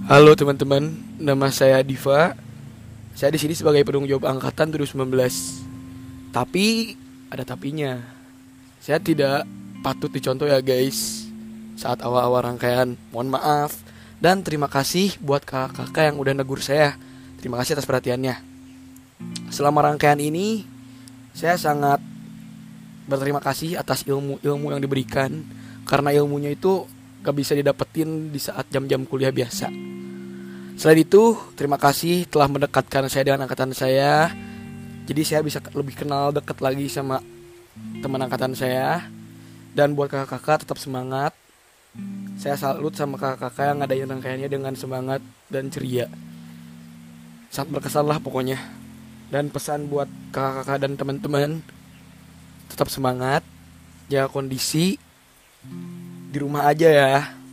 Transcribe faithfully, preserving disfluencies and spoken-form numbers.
Halo teman-teman, nama saya Diva. Saya di sini sebagai penanggung jawab angkatan dua ribu sembilan belas. Tapi ada tapinya. Saya tidak patut dicontoh ya guys. Saat awal-awal rangkaian, mohon maaf dan terima kasih buat kakak-kakak yang udah negur saya. Terima kasih atas perhatiannya. Selama rangkaian ini, saya sangat berterima kasih atas ilmu-ilmu yang diberikan. Karena ilmunya itu gak bisa didapetin di saat jam-jam kuliah biasa. Selain itu, terima kasih telah mendekatkan saya dengan angkatan saya. Jadi saya bisa lebih kenal dekat lagi sama teman angkatan saya. Dan buat kakak-kakak tetap semangat. Saya salut sama kakak-kakak yang ngadain rangkaiannya dengan semangat dan ceria. Sangat berkesan lah pokoknya. Dan pesan buat kakak-kakak dan teman-teman, tetap semangat, jaga kondisi, di rumah aja ya.